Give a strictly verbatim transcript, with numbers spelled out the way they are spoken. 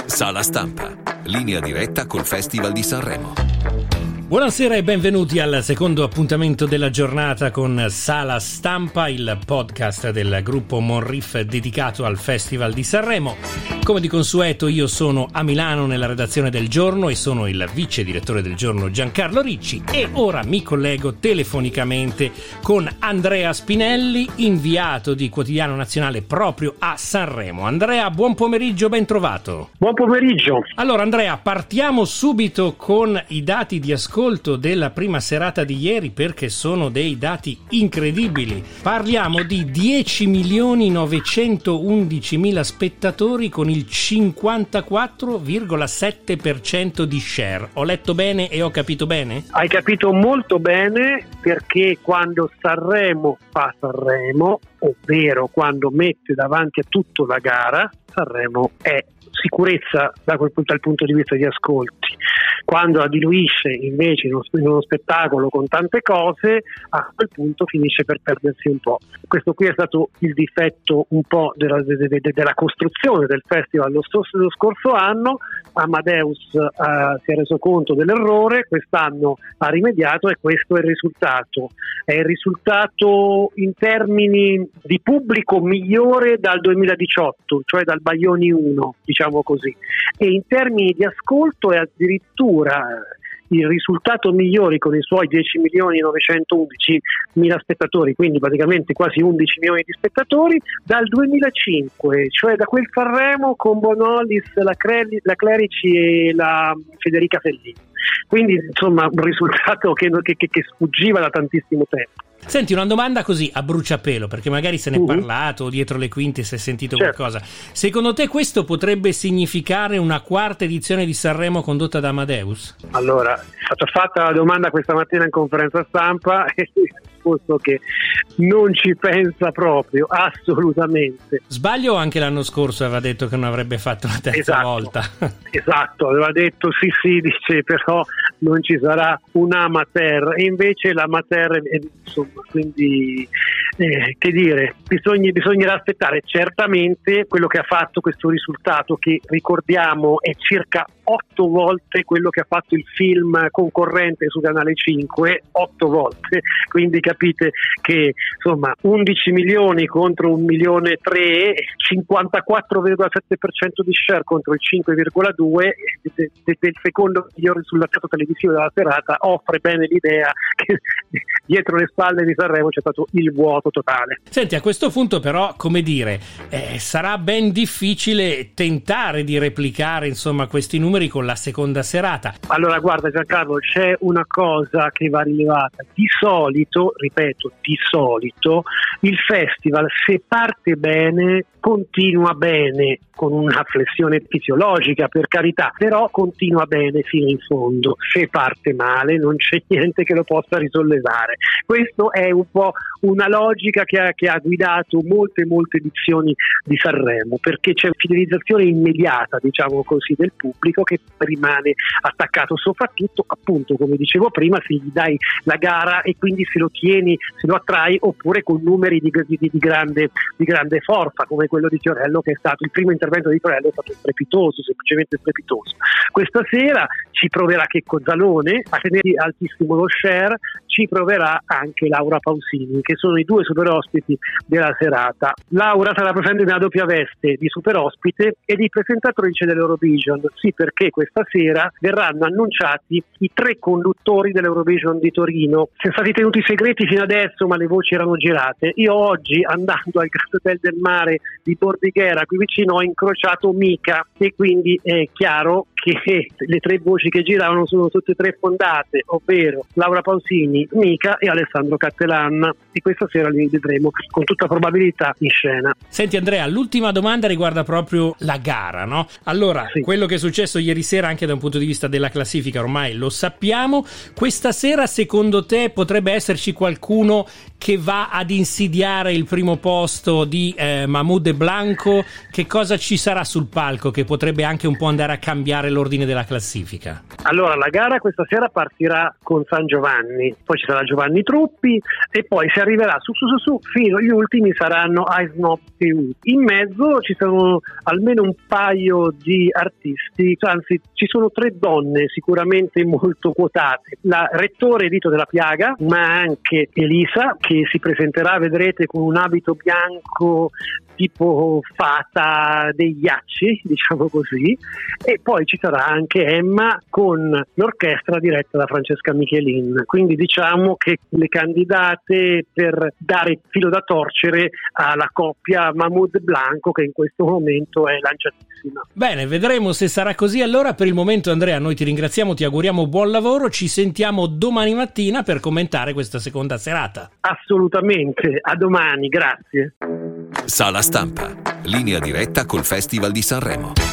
Sala Stampa, linea diretta col Festival di Sanremo. Buonasera e benvenuti al secondo appuntamento della giornata con Sala Stampa, il podcast del gruppo Monriff dedicato al Festival di Sanremo. Come di consueto io sono a Milano nella redazione del Giorno e sono il vice direttore del Giorno Giancarlo Ricci e ora mi collego telefonicamente con Andrea Spinelli, inviato di Quotidiano Nazionale proprio a Sanremo. Andrea, buon pomeriggio, ben trovato. Buon pomeriggio. Allora Andrea, partiamo subito con i dati di ascolto della prima serata di ieri perché sono dei dati incredibili. Parliamo di dieci milioni novecentoundici mila spettatori con il cinquantaquattro virgola sette per cento di share. Ho letto bene e ho capito bene? Hai capito molto bene, perché quando Sanremo fa Sanremo, ovvero quando mette davanti a tutto la gara, Sanremo è sicurezza da quel punto, dal punto di vista di ascolti. Quando la diluisce invece in uno, in uno spettacolo con tante cose, a quel punto finisce per perdersi un po'. Questo qui è stato il difetto un po' della, de, de, de, della costruzione del festival lo, sto, lo scorso anno. Amadeus uh, si è reso conto dell'errore, quest'anno ha rimediato e questo è il risultato. È il risultato in termini di pubblico migliore dal duemiladiciotto, cioè dal Baglioni uno, diciamo così, e in termini di ascolto è addirittura il risultato migliore con i suoi dieci milioni novecentoundici mila spettatori, quindi praticamente quasi undici milioni di spettatori, dal duemilacinque, cioè da quel Sanremo con Bonolis, la, Creli, la Clerici e la Federica Fellini. Quindi insomma un risultato che, che, che sfuggiva da tantissimo tempo. Senti, una domanda così a bruciapelo, perché magari se ne è uh-huh. parlato dietro le quinte, si è sentito certo. qualcosa. Secondo te questo potrebbe significare una quarta edizione di Sanremo condotta da Amadeus? Allora, è stata fatta la domanda questa mattina in conferenza stampa e risposto che non ci pensa proprio, assolutamente. Sbaglio, anche l'anno scorso aveva detto che non avrebbe fatto la terza esatto, volta. Esatto, aveva detto sì sì, dice però non ci sarà un amateur, e invece l'amateur è, insomma, quindi eh, che dire, bisogna, bisognerà aspettare. Certamente quello che ha fatto questo risultato, che ricordiamo è circa otto volte quello che ha fatto il film concorrente su Canale cinque, otto volte, quindi capite che insomma undici milioni contro un milione tre, cinquantaquattro virgola sette per cento di share contro il cinque virgola due del de, de secondo miglior risultato televisivo della serata, offre bene l'idea che dietro le spalle di Sanremo c'è stato il vuoto totale. Senti, a questo punto però, come dire, eh, sarà ben difficile tentare di replicare insomma questi numeri con la seconda serata. Allora guarda Giancarlo, c'è una cosa che va rilevata. Di solito, ripeto, di solito il festival, se parte bene, continua bene, con una flessione fisiologica per carità, però continua bene fino in fondo. Se parte male non c'è niente che lo possa risollevare. Questo è un po' una logica che ha, che ha guidato molte molte edizioni di Sanremo, perché c'è fidelizzazione immediata, diciamo così, del pubblico che rimane attaccato, soprattutto appunto come dicevo prima, se gli dai la gara e quindi se lo tieni, se lo attrai, oppure con numeri di, di, di, grande, di grande forza come quello di Fiorello, che è stato il primo intervento di Fiorello, è stato strepitoso, semplicemente strepitoso. Questa sera ci proverà Checco Zalone a tenere altissimo lo share, ci proverà anche Laura Pausini, che sono i due super ospiti della serata. Laura sarà presente nella doppia veste di super ospite e di presentatrice dell'Eurovision, sì, perché questa sera verranno annunciati i tre conduttori dell'Eurovision di Torino. Sono stati tenuti segreti fino adesso, ma le voci erano girate. Io oggi, andando al Grand Hotel del Mare di Bordighera, qui vicino, ho incrociato Mica, e quindi è chiaro che le tre voci che giravano sono tutte e tre fondate, ovvero Laura Pausini, Mica e Alessandro Cattelan, e questa sera li vedremo con tutta probabilità in scena. Senti Andrea, l'ultima domanda riguarda proprio la gara, no? Allora, sì. Quello che è successo ieri sera anche da un punto di vista della classifica ormai lo sappiamo. Questa sera secondo te potrebbe esserci qualcuno che va ad insidiare il primo posto di eh, Mahmood e Blanco? Che cosa ci sarà sul palco che potrebbe anche un po' andare a cambiare l'ordine della classifica? Allora, la gara questa sera partirà con San Giovanni, poi ci sarà Giovanni Truppi e poi si arriverà su su su su fino agli ultimi saranno Ice Snob T V. In mezzo ci sono almeno un paio di artisti, anzi ci sono tre donne sicuramente molto quotate. La Rettore Dito della Piaga, ma anche Elisa, che si presenterà, vedrete, con un abito bianco tipo fata dei ghiacci, diciamo così, e poi ci sarà anche Emma con l'orchestra diretta da Francesca Michelin. Quindi diciamo che le candidate per dare filo da torcere alla coppia Mahmood Blanco, che in questo momento è lanciatissima. Bene, vedremo se sarà così. Allora, per il momento, Andrea, noi ti ringraziamo, ti auguriamo buon lavoro, ci sentiamo domani mattina per commentare questa seconda serata. Assolutamente, a domani, grazie. Sala Stampa, linea diretta col Festival di Sanremo.